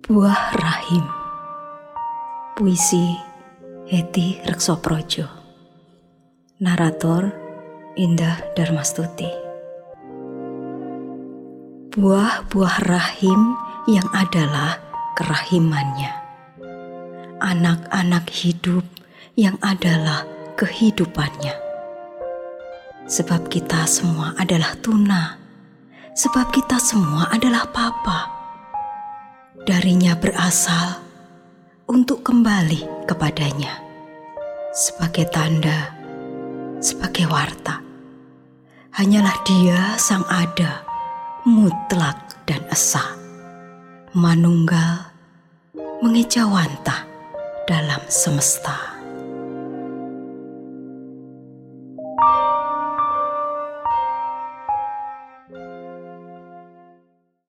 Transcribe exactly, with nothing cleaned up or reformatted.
Buah Rahim. Puisi Heti Reksoprojo. Narator Indah Darmastuti. Buah-buah rahim yang adalah kerahimannya. Anak-anak hidup yang adalah kehidupannya. Sebab kita semua adalah tuna. Sebab kita semua adalah papa. Darinya berasal untuk kembali kepadanya sebagai tanda, sebagai warta. Hanyalah Dia sang ada, mutlak dan esa, manunggal, mengejawantah dalam semesta.